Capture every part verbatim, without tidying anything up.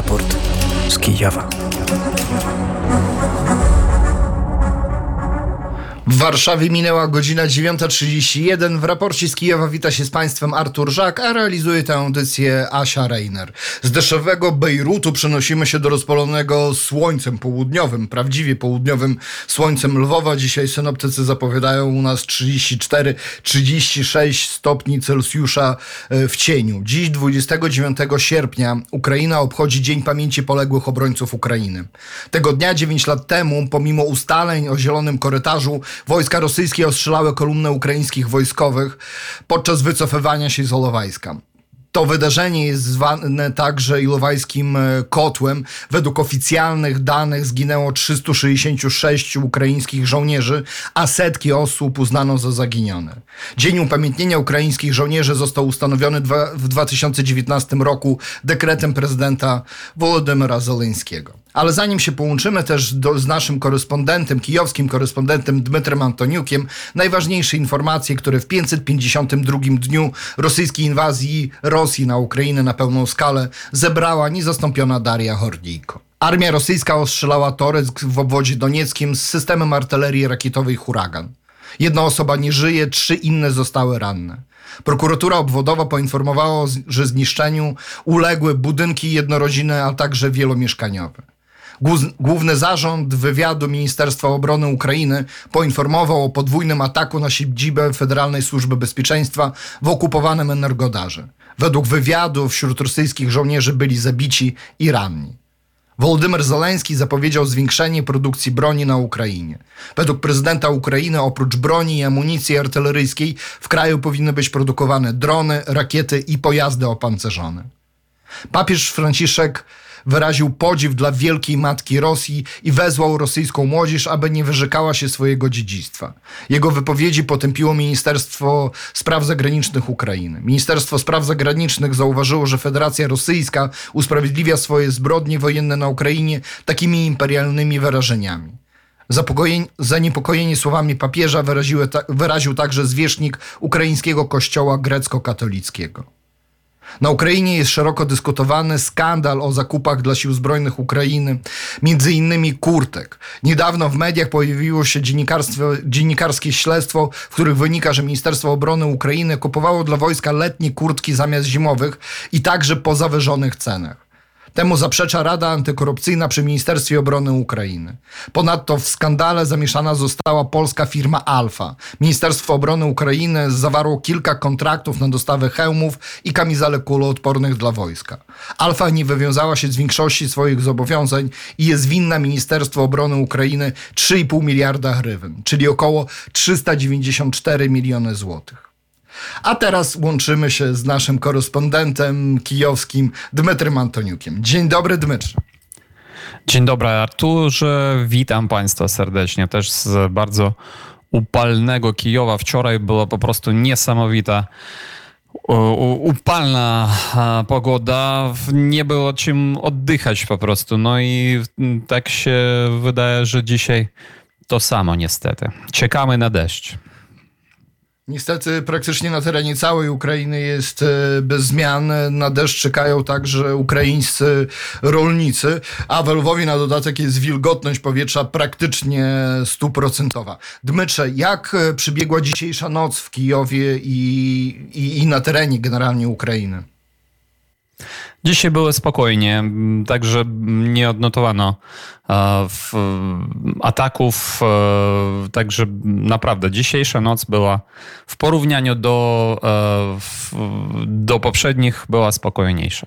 Raport z Kijowa. W Warszawie minęła godzina dziewiąta trzydzieści jeden. W raporcie z Kijowa wita się z Państwem Artur Żak, a realizuje tę audycję Asia Reiner. Z deszczowego Bejrutu przenosimy się do rozpalonego słońcem południowym, prawdziwie południowym słońcem Lwowa. Dzisiaj synoptycy zapowiadają u nas trzydzieści cztery trzydzieści sześć stopni Celsjusza w cieniu. Dziś, dwudziestego dziewiątego sierpnia, Ukraina obchodzi Dzień Pamięci Poległych Obrońców Ukrainy. Tego dnia, dziewięć lat temu, pomimo ustaleń o zielonym korytarzu, wojska rosyjskie ostrzelały kolumnę ukraińskich wojskowych podczas wycofywania się z Ilowajska. To wydarzenie jest zwane także Ilowajskim kotłem. Według oficjalnych danych zginęło trzysta sześćdziesiąt sześć ukraińskich żołnierzy, a setki osób uznano za zaginione. Dzień upamiętnienia ukraińskich żołnierzy został ustanowiony w dwa tysiące dziewiętnastym roku dekretem prezydenta Wołodymyra Zełenskiego. Ale zanim się połączymy też do, z naszym korespondentem, kijowskim korespondentem Dmytrem Antoniukiem, najważniejsze informacje, które w pięćset pięćdziesiątym drugim dniu rosyjskiej inwazji Rosji na Ukrainę na pełną skalę zebrała niezastąpiona Daria Hordijko. Armia rosyjska ostrzelała Toreck w obwodzie donieckim z systemem artylerii rakietowej Huragan. Jedna osoba nie żyje, trzy inne zostały ranne. Prokuratura obwodowa poinformowała, że zniszczeniu uległy budynki jednorodzinne, a także wielomieszkaniowe. Główny Zarząd Wywiadu Ministerstwa Obrony Ukrainy poinformował o podwójnym ataku na siedzibę Federalnej Służby Bezpieczeństwa w okupowanym Energodarze. Według wywiadu wśród rosyjskich żołnierzy byli zabici i ranni. Wołodymyr Zełenski zapowiedział zwiększenie produkcji broni na Ukrainie. Według prezydenta Ukrainy oprócz broni i amunicji artyleryjskiej w kraju powinny być produkowane drony, rakiety i pojazdy opancerzone. Papież Franciszek wyraził podziw dla Wielkiej Matki Rosji i wezwał rosyjską młodzież, aby nie wyrzekała się swojego dziedzictwa. Jego wypowiedzi potępiło Ministerstwo Spraw Zagranicznych Ukrainy. Ministerstwo Spraw Zagranicznych zauważyło, że Federacja Rosyjska usprawiedliwia swoje zbrodnie wojenne na Ukrainie takimi imperialnymi wyrażeniami. Zaniepokojenie słowami papieża wyraziły ta, wyraził także zwierzchnik ukraińskiego kościoła grecko-katolickiego. Na Ukrainie jest szeroko dyskutowany skandal o zakupach dla sił zbrojnych Ukrainy, między innymi kurtek. Niedawno w mediach pojawiło się dziennikarskie śledztwo, w którym wynika, że Ministerstwo Obrony Ukrainy kupowało dla wojska letnie kurtki zamiast zimowych i także po zawyżonych cenach. Temu zaprzecza Rada Antykorupcyjna przy Ministerstwie Obrony Ukrainy. Ponadto w skandale zamieszana została polska firma Alfa. Ministerstwo Obrony Ukrainy zawarło kilka kontraktów na dostawę hełmów i kamizelek kuloodpornych dla wojska. Alfa nie wywiązała się z większości swoich zobowiązań i jest winna Ministerstwu Obrony Ukrainy trzy i pół miliarda hrywyn, czyli około trzysta dziewięćdziesiąt cztery miliony złotych. A teraz łączymy się z naszym korespondentem kijowskim Dmytrem Antoniukiem. Dzień dobry, Dmytrze. Dzień dobry, Arturze. Witam Państwa serdecznie. Też z bardzo upalnego Kijowa. Wczoraj była po prostu niesamowita, upalna pogoda. Nie było czym oddychać po prostu. No i tak się wydaje, że dzisiaj to samo niestety. Czekamy na deszcz. Niestety praktycznie na terenie całej Ukrainy jest bez zmian. Na deszcz czekają także ukraińscy rolnicy, a w Lwowie na dodatek jest wilgotność powietrza praktycznie stuprocentowa. Dmytrze, jak przebiegła dzisiejsza noc w Kijowie i, i, i na terenie generalnie Ukrainy? Dzisiaj było spokojnie, także nie odnotowano w ataków, także naprawdę dzisiejsza noc była w porównaniu do, do poprzednich była spokojniejsza.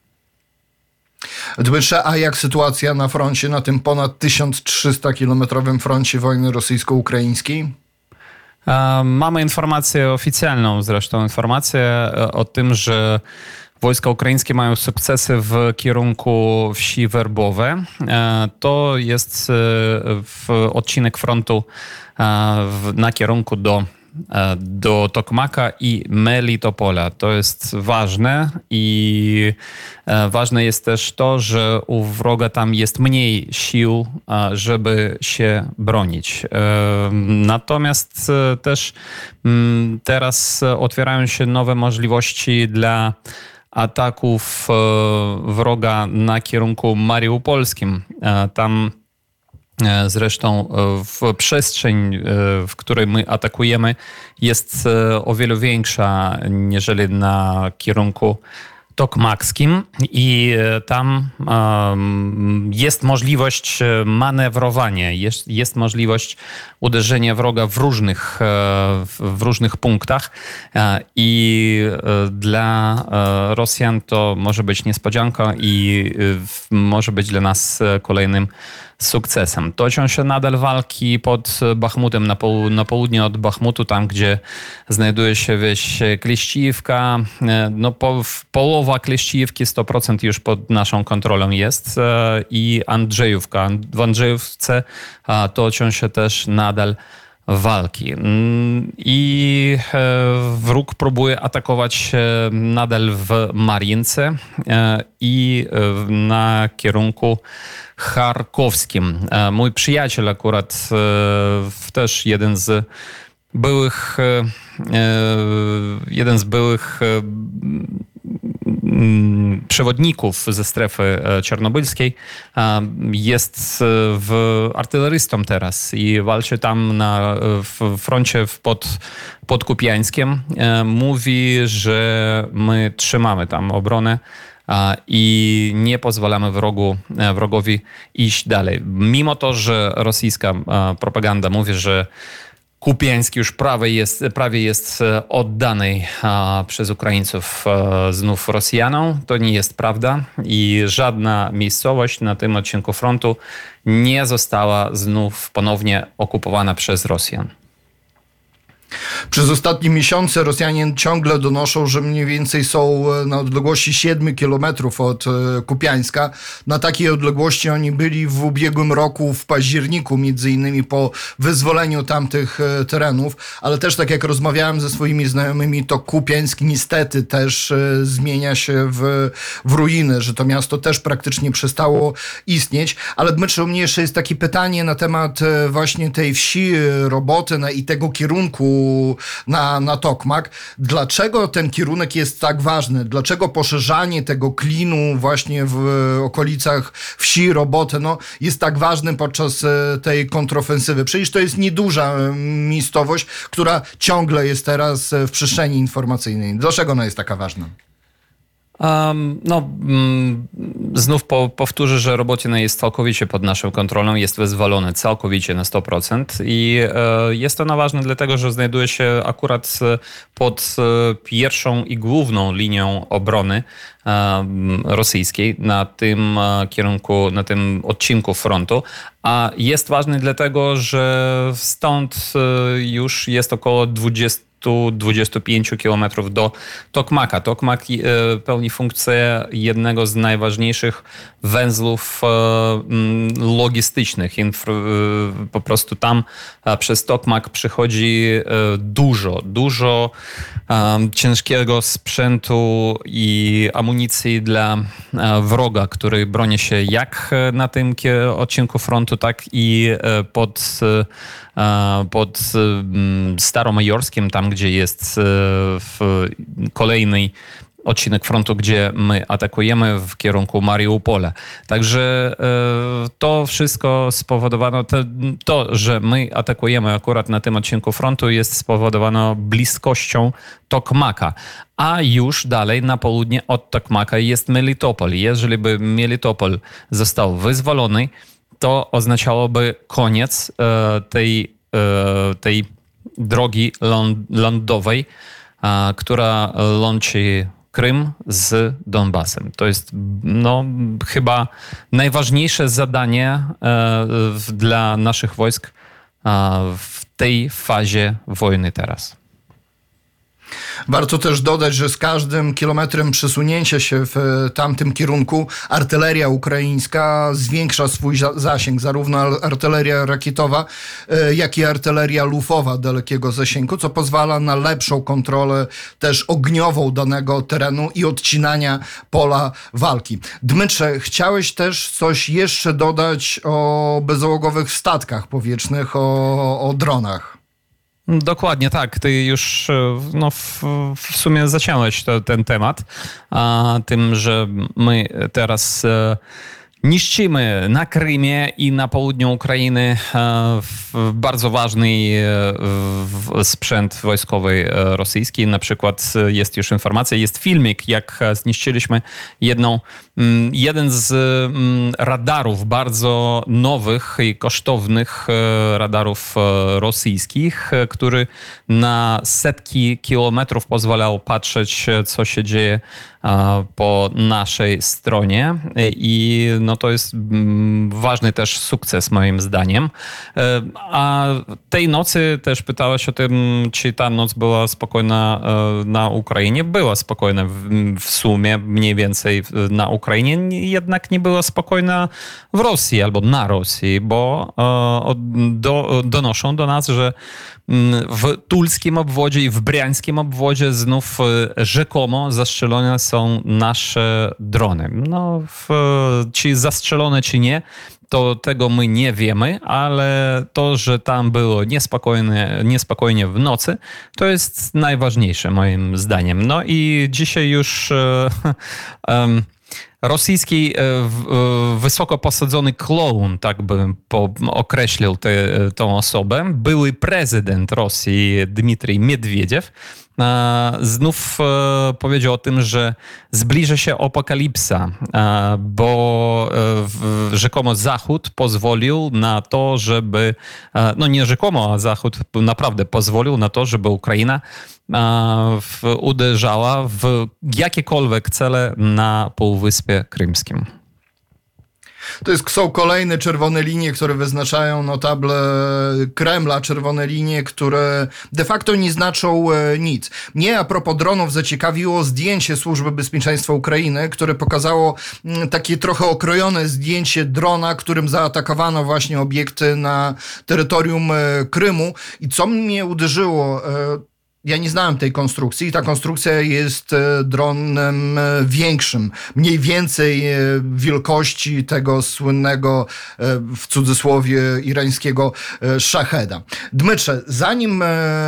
Dmytrze, a jak sytuacja na froncie, na tym ponad tysiąc trzysta kilometrowym froncie wojny rosyjsko-ukraińskiej? Mamy informację oficjalną, zresztą informację o tym, że wojska ukraińskie mają sukcesy w kierunku wsi Werbowe. To jest w odcinek frontu na kierunku do, do Tokmaka i Melitopola. To jest ważne i ważne jest też to, że u wroga tam jest mniej sił, żeby się bronić. Natomiast też teraz otwierają się nowe możliwości dla ataków wroga na kierunku mariupolskim. Tam zresztą w przestrzeń, w której my atakujemy, jest o wiele większa niżeli na kierunku tokmakskim i tam um, jest możliwość manewrowania, jest, jest możliwość uderzenia wroga w różnych, w różnych punktach i dla Rosjan to może być niespodzianka i może być dla nas kolejnym sukcesem. Toczą się nadal walki pod Bachmutem, na, poł- na południe od Bachmutu, tam gdzie znajduje się wieś Kleściwka. No, po, połowa Kleściwki, sto procent już pod naszą kontrolą jest i Andrzejówka. W Andrzejówce toczą się też nadal walki. I wróg próbuje atakować nadal w Mariince i na kierunku charkowskim. Mój przyjaciel akurat też jeden z byłych jeden z byłych przewodników ze strefy czarnobylskiej jest w artylerystą teraz i walczy tam na w froncie pod, pod Kupiańskiem. Mówi, że my trzymamy tam obronę i nie pozwalamy wrogu, wrogowi iść dalej. Mimo to, że rosyjska propaganda mówi, że Kupiański już prawie jest, prawie jest oddany a, przez Ukraińców a, znów Rosjanom. To nie jest prawda i żadna miejscowość na tym odcinku frontu nie została znów ponownie okupowana przez Rosjan. Przez ostatnie miesiące Rosjanie ciągle donoszą, że mniej więcej są na odległości siedmiu kilometrów od Kupiańska. Na takiej odległości oni byli w ubiegłym roku w październiku, między innymi po wyzwoleniu tamtych terenów, ale też tak jak rozmawiałem ze swoimi znajomymi, to Kupiańsk niestety też zmienia się w, w ruiny, że to miasto też praktycznie przestało istnieć. Ale Dmytrze, u mnie jeszcze jest takie pytanie na temat właśnie tej wsi Robotyne i tego kierunku na, na Tokmak. Dlaczego ten kierunek jest tak ważny? Dlaczego poszerzanie tego klinu właśnie w okolicach wsi Roboty no, jest tak ważny podczas tej kontrofensywy? Przecież to jest nieduża miejscowość, która ciągle jest teraz w przestrzeni informacyjnej. Dlaczego ona jest taka ważna? Um, no, mm, znów po, powtórzę, że Robotyna jest całkowicie pod naszą kontrolą, jest wyzwolony całkowicie na sto procent i e, jest ono ważne dlatego, że znajduje się akurat pod e, pierwszą i główną linią obrony e, rosyjskiej na tym e, kierunku, na tym odcinku frontu, a jest ważny dlatego, że stąd e, już jest około dwudziestu do dwudziestu pięciu kilometrów do Tokmaka. Tokmak pełni funkcję jednego z najważniejszych węzłów logistycznych. Po prostu tam przez Tokmak przychodzi dużo, dużo ciężkiego sprzętu i amunicji dla wroga, który broni się jak na tym odcinku frontu, tak i pod pod Staromajorskiem, tam gdzie jest w kolejny odcinek frontu, gdzie my atakujemy w kierunku Mariupola. Także to wszystko spowodowano, to, to, że my atakujemy akurat na tym odcinku frontu jest spowodowane bliskością Tokmaka. A już dalej na południe od Tokmaka jest Melitopol. Jeżeli by Melitopol został wyzwolony, to oznaczałoby koniec e, tej, e, tej drogi ląd, lądowej, e, która łączy Krym z Donbasem. To jest no, chyba najważniejsze zadanie e, w, dla naszych wojsk e, w tej fazie wojny teraz. Warto też dodać, że z każdym kilometrem przesunięcia się w tamtym kierunku artyleria ukraińska zwiększa swój zasięg, zarówno artyleria rakietowa, jak i artyleria lufowa dalekiego zasięgu, co pozwala na lepszą kontrolę też ogniową danego terenu i odcinania pola walki. Dmytrze, chciałeś też coś jeszcze dodać o bezzałogowych statkach powietrznych, o, o dronach? Dokładnie tak. Ty już no, w, w sumie zaciąłeś to, ten temat, a, tym, że my teraz e, niszczymy na Krymie i na południu Ukrainy e, w bardzo ważny e, w, sprzęt wojskowy e, rosyjski. Na przykład jest już informacja, jest filmik, jak zniszczyliśmy jedną, m, jeden z m, radarów bardzo nowych i kosztownych e, radarów e, rosyjskich, e, który na setki kilometrów pozwalał patrzeć, co się dzieje e, po naszej stronie. I no to jest ważny też sukces moim zdaniem. A tej nocy też pytałeś o tym, czy ta noc była spokojna na Ukrainie. Była spokojna w, w sumie mniej więcej na Ukrainie, jednak nie była spokojna w Rosji albo na Rosji, bo do, donoszą do nas, że w tulskim obwodzie i w briańskim obwodzie znów rzekomo zastrzelone są nasze drony. No, w, czy zastrzelone, czy nie, to tego my nie wiemy, ale to, że tam było niespokojnie, niespokojnie w nocy, to jest najważniejsze moim zdaniem. No i dzisiaj już um, rosyjski wysoko posadzony kloun, tak bym określił tę osobę, były prezydent Rosji Dmitrij Miedwiediew, znów powiedział o tym, że zbliża się apokalipsa, bo rzekomo Zachód pozwolił na to, żeby, no nie rzekomo, a Zachód naprawdę pozwolił na to, żeby Ukraina uderzała w jakiekolwiek cele na Półwyspie Krymskim. To jest, są kolejne czerwone linie, które wyznaczają notable Kremla, czerwone linie, które de facto nie znaczą nic. Mnie a propos dronów zaciekawiło zdjęcie Służby Bezpieczeństwa Ukrainy, które pokazało takie trochę okrojone zdjęcie drona, którym zaatakowano właśnie obiekty na terytorium Krymu. I co mnie uderzyło... Ja nie znałem tej konstrukcji. Ta konstrukcja jest dronem większym, mniej więcej wielkości tego słynnego, w cudzysłowie, irańskiego szacheda. Dmytrze, zanim,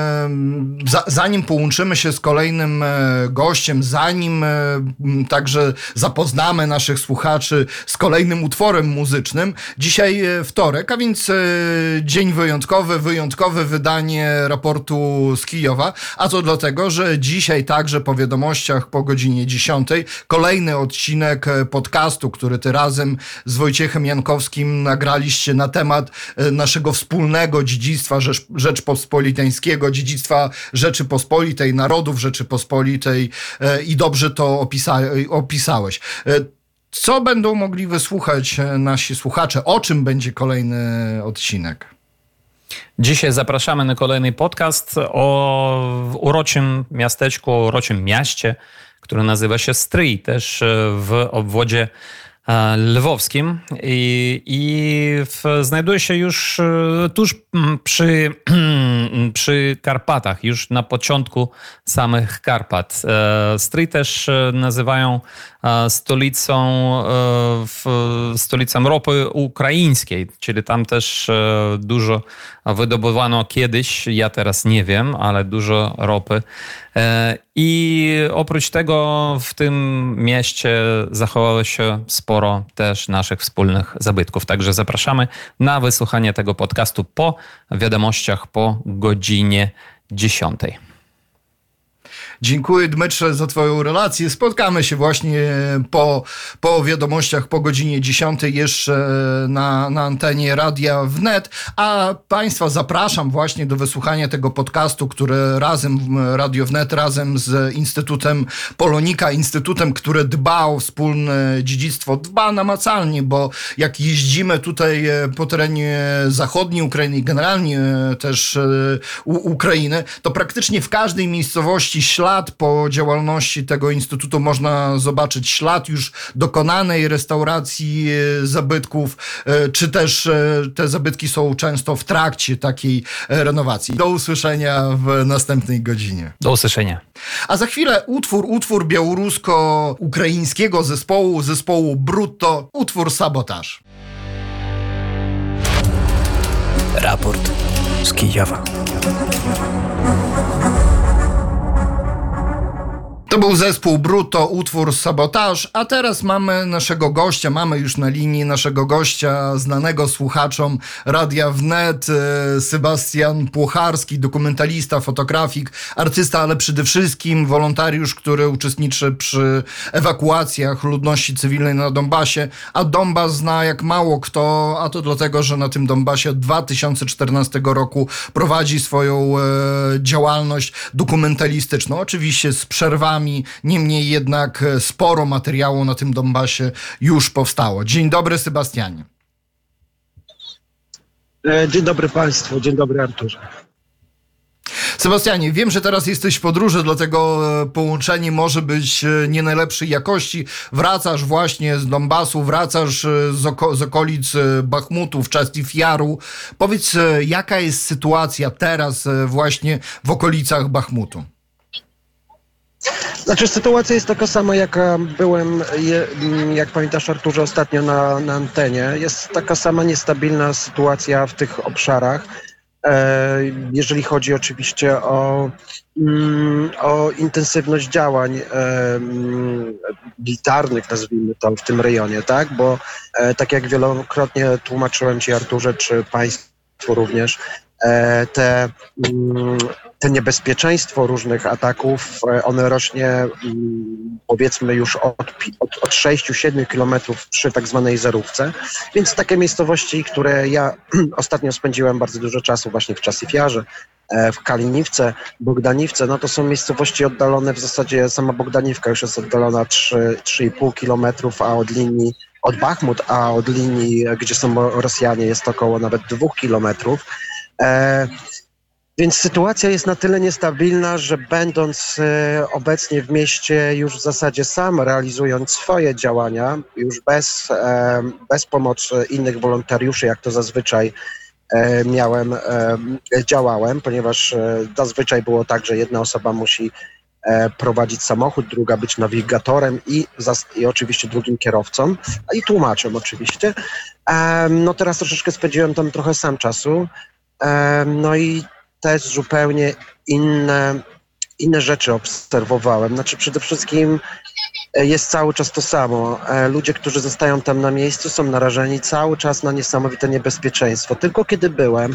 zanim połączymy się z kolejnym gościem, zanim także zapoznamy naszych słuchaczy z kolejnym utworem muzycznym, dzisiaj wtorek, a więc dzień wyjątkowy, wyjątkowe wydanie raportu z Kijowa. A to dlatego, że dzisiaj także po wiadomościach po godzinie dziesiątej kolejny odcinek podcastu, który ty razem z Wojciechem Jankowskim nagraliście na temat naszego wspólnego dziedzictwa Rzecz, rzeczpospolitańskiego, dziedzictwa Rzeczypospolitej, narodów Rzeczypospolitej i dobrze to opisa, opisałeś. Co będą mogli wysłuchać nasi słuchacze? O czym będzie kolejny odcinek? Dzisiaj zapraszamy na kolejny podcast o uroczym miasteczku, o uroczym mieście, które nazywa się Stryj, też w obwodzie lwowskim i, i w, znajduje się już tuż przy, przy Karpatach, już na początku samych Karpat. Stryj też nazywają stolicą, stolicą ropy ukraińskiej, czyli tam też dużo wydobywano kiedyś, ja teraz nie wiem, ale dużo ropy. I oprócz tego w tym mieście zachowało się sporo też naszych wspólnych zabytków. Także zapraszamy na wysłuchanie tego podcastu po wiadomościach po godzinie dziesiątej. Dziękuję, Dmytrze, za twoją relację. Spotkamy się właśnie po, po wiadomościach po godzinie dziesiątej jeszcze na, na antenie Radia Wnet, a państwa zapraszam właśnie do wysłuchania tego podcastu, który razem, Radio Wnet, razem z Instytutem Polonika, instytutem, który dba o wspólne dziedzictwo, dba namacalnie, bo jak jeździmy tutaj po terenie zachodniej Ukrainy, generalnie też u Ukrainy, to praktycznie w każdej miejscowości ślad po działalności tego instytutu można zobaczyć ślad już dokonanej restauracji zabytków, czy też te zabytki są często w trakcie takiej renowacji. Do usłyszenia w następnej godzinie. Do usłyszenia. A za chwilę utwór, utwór białorusko-ukraińskiego zespołu, zespołu Brutto, utwór Sabotaż. Raport z Kijowa. To był zespół Brutto, utwór Sabotaż, a teraz mamy naszego gościa, mamy już na linii naszego gościa, znanego słuchaczom Radia Wnet, Sebastian Płocharski, dokumentalista, fotografik, artysta, ale przede wszystkim wolontariusz, który uczestniczy przy ewakuacjach ludności cywilnej na Donbasie, a Donbas zna jak mało kto, a to dlatego, że na tym Donbasie od dwa tysiące czternastego roku prowadzi swoją e, działalność dokumentalistyczną, oczywiście z przerwami. Niemniej jednak sporo materiału na tym Donbasie już powstało. Dzień dobry, Sebastianie. Dzień dobry Państwu, dzień dobry Arturze. Sebastianie, wiem, że teraz jesteś w podróży, dlatego połączenie może być nie najlepszej jakości. Wracasz właśnie z Donbasu, wracasz z, oko- z okolic Bachmutu, w Czastiv Jaru. Powiedz, jaka jest sytuacja teraz właśnie w okolicach Bachmutu? Znaczy sytuacja jest taka sama, jaka byłem, je, jak pamiętasz Arturze, ostatnio na, na antenie. Jest taka sama niestabilna sytuacja w tych obszarach. E, jeżeli chodzi oczywiście o, mm, o intensywność działań e, militarnych, nazwijmy to, w tym rejonie, tak? Bo e, tak jak wielokrotnie tłumaczyłem Ci, Arturze, czy Państwu również, e, te... Mm, Te niebezpieczeństwo różnych ataków, one rośnie powiedzmy już od, od, od sześciu do siedmiu kilometrów przy tak zwanej zerówce. Więc takie miejscowości, które ja ostatnio spędziłem bardzo dużo czasu właśnie w Czasifiarze, w Kaliniwce, Bogdaniwce, no to są miejscowości oddalone w zasadzie, sama Bogdaniwka już jest oddalona trzy do pół kilometrów, a od linii, od Bachmut, a od linii, gdzie są Rosjanie, jest około nawet dwóch kilometrów. E, Więc sytuacja jest na tyle niestabilna, że będąc e, obecnie w mieście już w zasadzie sam realizując swoje działania, już bez, e, bez pomocy innych wolontariuszy, jak to zazwyczaj e, miałem, e, działałem, ponieważ e, zazwyczaj było tak, że jedna osoba musi e, prowadzić samochód, druga być nawigatorem i, zas- i oczywiście drugim kierowcą, a i tłumaczem oczywiście. E, no teraz troszeczkę spędziłem tam trochę sam czasu, e, no i też zupełnie inne, inne rzeczy obserwowałem. Znaczy przede wszystkim jest cały czas to samo. Ludzie, którzy zostają tam na miejscu, są narażeni cały czas na niesamowite niebezpieczeństwo. Tylko kiedy byłem,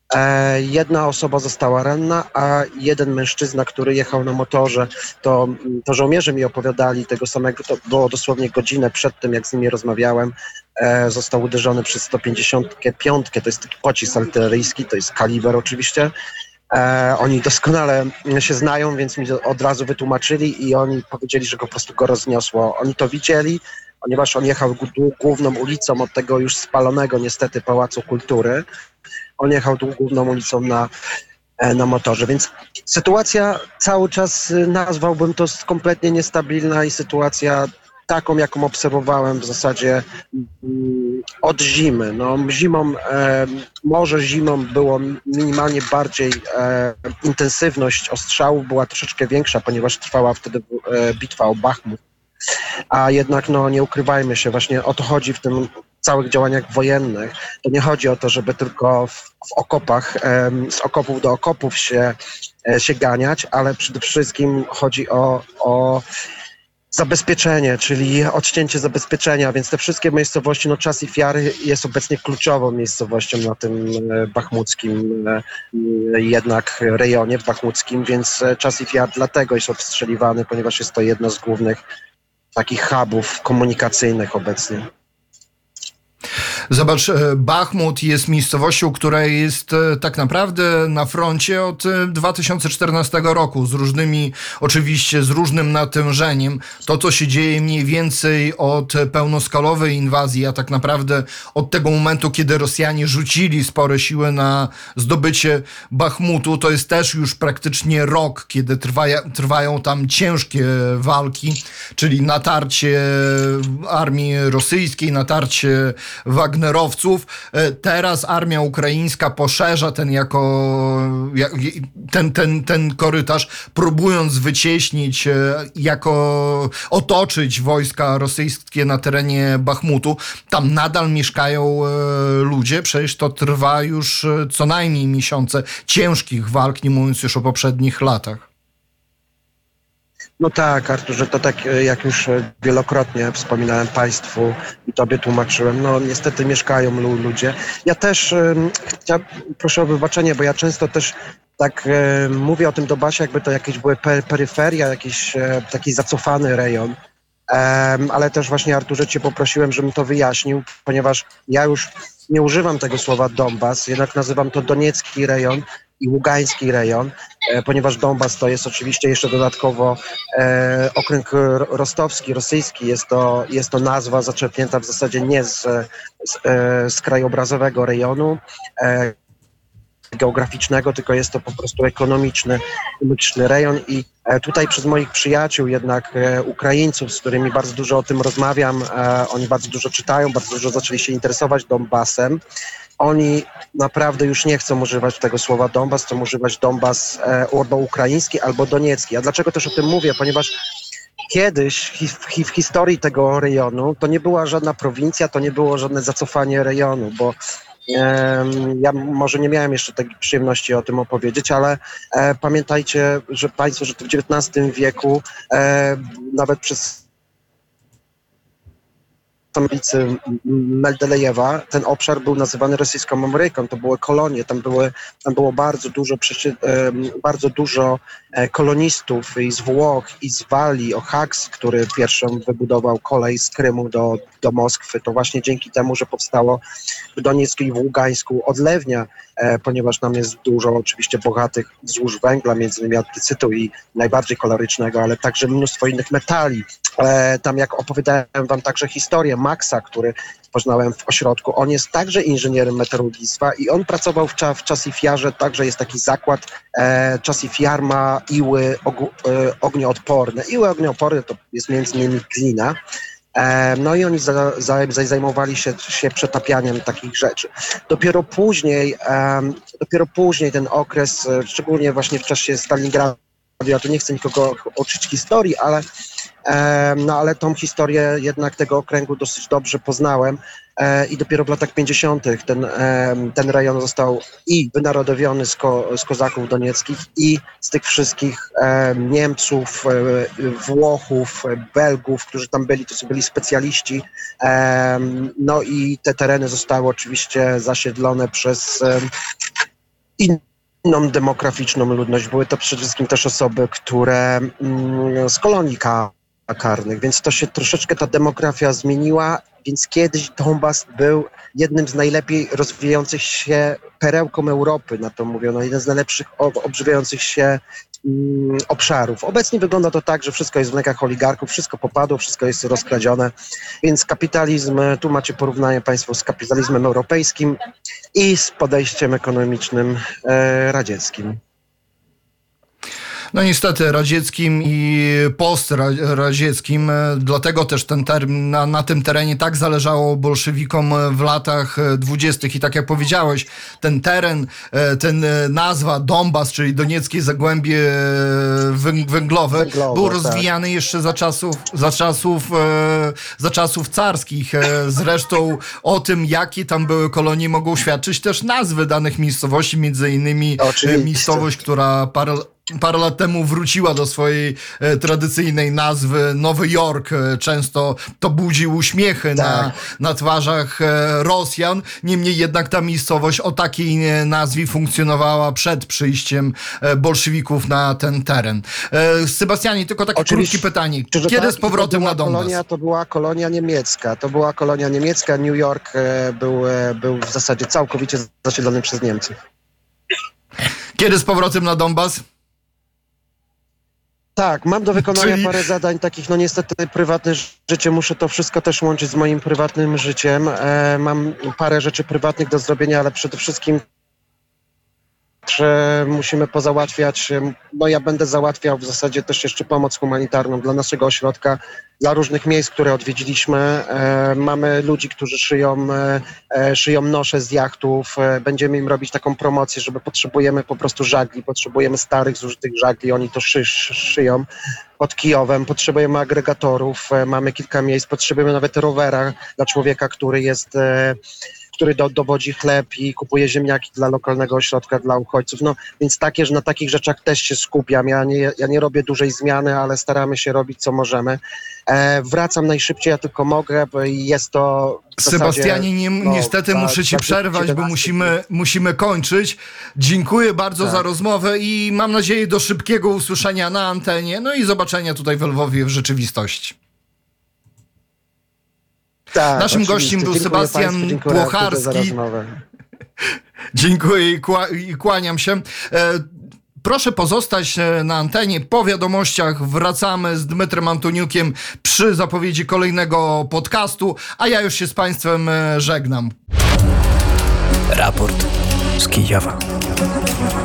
jedna osoba została ranna, a jeden mężczyzna, który jechał na motorze, to, to żołnierze mi opowiadali tego samego, to było dosłownie godzinę przed tym, jak z nimi rozmawiałem, został uderzony przez sto pięćdziesiąt pięć, to jest taki pocisk artyleryjski, to jest kaliber oczywiście. E, oni doskonale się znają, więc mi od razu wytłumaczyli i oni powiedzieli, że go po prostu go rozniosło. Oni to widzieli, ponieważ on jechał główną ulicą od tego już spalonego niestety Pałacu Kultury. On jechał tą główną ulicą na, na motorze, więc sytuacja cały czas nazwałbym to kompletnie niestabilna i sytuacja taką, jaką obserwowałem w zasadzie mm, od zimy. No, zimą, e, może zimą było minimalnie bardziej, e, intensywność ostrzałów była troszeczkę większa, ponieważ trwała wtedy e, bitwa o Bachmut. A jednak, no nie ukrywajmy się, właśnie o to chodzi w tym całych działaniach wojennych. To nie chodzi o to, żeby tylko w, w okopach, e, z okopów do okopów się, e, się ganiać, ale przede wszystkim chodzi o, o zabezpieczenie, czyli odcięcie zabezpieczenia, więc te wszystkie miejscowości, no Czasiv Jar jest obecnie kluczową miejscowością na tym bachmuckim jednak rejonie bachmuckim, więc Czasiv Jar dlatego jest obstrzeliwany, ponieważ jest to jedno z głównych takich hubów komunikacyjnych obecnie. Zobacz, Bachmut jest miejscowością, która jest tak naprawdę na froncie od dwa tysiące czternastego roku, z różnymi, oczywiście z różnym natężeniem. To, co się dzieje mniej więcej od pełnoskalowej inwazji, a tak naprawdę od tego momentu, kiedy Rosjanie rzucili spore siły na zdobycie Bachmutu, to jest też już praktycznie rok, kiedy trwaja, trwają tam ciężkie walki, czyli natarcie armii rosyjskiej, natarcie Wagnera, wagnerowców. Teraz armia ukraińska poszerza ten jako ten, ten, ten korytarz, próbując wycieśnić, jako otoczyć wojska rosyjskie na terenie Bachmutu. Tam nadal mieszkają ludzie, przecież to trwa już co najmniej miesiące ciężkich walk, nie mówiąc już o poprzednich latach. No tak, Arturze, to tak jak już wielokrotnie wspominałem Państwu i Tobie tłumaczyłem, no niestety mieszkają lu- ludzie. Ja też um, chciałbym, proszę o wybaczenie, bo ja często też tak e, mówię o tym Donbasie, jakby to jakieś były per- peryferia, jakiś e, taki zacofany rejon. Um, ale też właśnie, Arturze, Cię poprosiłem, żebym to wyjaśnił, ponieważ ja już nie używam tego słowa Donbas, jednak nazywam to Doniecki rejon i Ługański rejon, e, ponieważ Donbas to jest oczywiście jeszcze dodatkowo e, okręg rostowski, rosyjski. Jest to, jest to nazwa zaczerpnięta w zasadzie nie z, z, e, z krajobrazowego rejonu e, geograficznego, tylko jest to po prostu ekonomiczny, ekonomiczny rejon i e, tutaj przez moich przyjaciół jednak e, Ukraińców, z którymi bardzo dużo o tym rozmawiam, e, oni bardzo dużo czytają, bardzo dużo zaczęli się interesować Donbasem. Oni naprawdę już nie chcą używać tego słowa Donbas, chcą używać Donbas e, albo ukraiński, albo doniecki. A dlaczego też o tym mówię? Ponieważ kiedyś hi, hi, w historii tego rejonu to nie była żadna prowincja, to nie było żadne zacofanie rejonu, bo e, ja może nie miałem jeszcze takiej przyjemności o tym opowiedzieć, ale e, pamiętajcie, że Państwo, że w dziewiętnastym wieku e, nawet przez stolicy Meldelejewa, ten obszar był nazywany rosyjską Ameryką, to były kolonie, tam, były, tam było bardzo dużo, bardzo dużo kolonistów i z Włoch, i z Walii, Ochaks, który pierwszą wybudował kolej z Krymu do, do Moskwy, to właśnie dzięki temu, że powstało w Doniecku i w Ługańsku odlewnia, ponieważ tam jest dużo oczywiście bogatych złóż węgla, między innymi antycytu i najbardziej kolorycznego, ale także mnóstwo innych metali. Tam jak opowiadałem wam także historię Maxa, który poznałem w ośrodku, on jest także inżynierem metalurgictwa i on pracował w, cza, w Czasifiarze, także jest taki zakład, e, Czasifiar ma iły og, e, ognioodporne. Iły ognioodporne to jest między innymi glina. E, no i oni za, za, zajmowali się, się przetapianiem takich rzeczy. Dopiero później, e, dopiero później ten okres, e, szczególnie właśnie w czasie Stalingradu, ja tu nie chcę nikogo uczyć historii, ale E, no ale tą historię jednak tego okręgu dosyć dobrze poznałem e, i dopiero w latach pięćdziesiątych ten, e, ten rejon został i wynarodowiony z, ko, z kozaków donieckich i z tych wszystkich e, Niemców, e, Włochów, e, Belgów, którzy tam byli, to są byli specjaliści. E, no i te tereny zostały oczywiście zasiedlone przez e, inną demograficzną ludność. Były to przede wszystkim też osoby, które mm, z kolonii karnych, więc to się troszeczkę ta demografia zmieniła, więc kiedyś Donbas był jednym z najlepiej rozwijających się perełką Europy, na to mówiono, jeden z najlepszych obżywających się mm, obszarów. Obecnie wygląda to tak, że wszystko jest w rękach oligarchów, wszystko popadło, wszystko jest rozkradzione, więc kapitalizm, tu macie porównanie Państwo z kapitalizmem europejskim i z podejściem ekonomicznym e, radzieckim. No niestety radzieckim i postradzieckim, dlatego też ten term, na, na tym terenie tak zależało bolszewikom w latach dwudziestych i tak jak powiedziałeś, ten teren, ten nazwa Donbas, czyli Donieckie Zagłębie Węglowe, Węglowe był rozwijany tak. jeszcze za czasów, za czasów, za czasów carskich. Zresztą o tym, jakie tam były kolonie, mogą świadczyć też nazwy danych miejscowości, między innymi Oczywiście. miejscowość, która parę Parę lat temu wróciła do swojej e, tradycyjnej nazwy Nowy Jork. E, często to budzi uśmiechy tak. na, na twarzach e, Rosjan. Niemniej jednak ta miejscowość o takiej e, nazwie funkcjonowała przed przyjściem e, bolszewików na ten teren. E, Sebastianie, tylko takie Oczywiście, krótkie pytanie. Kiedy tak, z powrotem na Donbas? Kolonia, to była kolonia niemiecka. To była kolonia niemiecka. New York e, był, e, był w zasadzie całkowicie zasiedlony przez Niemców. Kiedy z powrotem na Donbas? Tak, mam do wykonania Czyli... parę zadań takich, no niestety prywatne życie, muszę to wszystko też łączyć z moim prywatnym życiem. E, mam parę rzeczy prywatnych do zrobienia, ale przede wszystkim że musimy pozałatwiać, no ja będę załatwiał w zasadzie też jeszcze pomoc humanitarną dla naszego ośrodka, dla różnych miejsc, które odwiedziliśmy. E, mamy ludzi, którzy szyją, e, szyją nosze z jachtów. E, będziemy im robić taką promocję, żeby potrzebujemy po prostu żagli, potrzebujemy starych, zużytych żagli, oni to szy, szy, szyją pod Kijowem, potrzebujemy agregatorów, e, mamy kilka miejsc, potrzebujemy nawet rowera dla człowieka, który jest... E, który do, dowodzi chleb i kupuje ziemniaki dla lokalnego ośrodka, dla uchodźców. No więc takie, że na takich rzeczach też się skupiam. Ja nie, ja nie robię dużej zmiany, ale staramy się robić, co możemy. E, wracam najszybciej, jak tylko mogę, bo jest to w zasadzie, Sebastianie, nie, no, niestety za- muszę ci za przerwać, bo siedemnaście musimy, musimy kończyć. Dziękuję bardzo Tak. za rozmowę i mam nadzieję do szybkiego usłyszenia na antenie, no i zobaczenia tutaj w Lwowie w rzeczywistości. Tak, Naszym oczywiście. gościem był Dziękuję Sebastian Państwu, dziękuję Arturze za Płocharski. rozmowę. Dziękuję i, kła- i kłaniam się. E, proszę pozostać e, na antenie. Po wiadomościach wracamy z Dmytrem Antoniukiem przy zapowiedzi kolejnego podcastu, a ja już się z Państwem e, żegnam. Raport z Kijowa.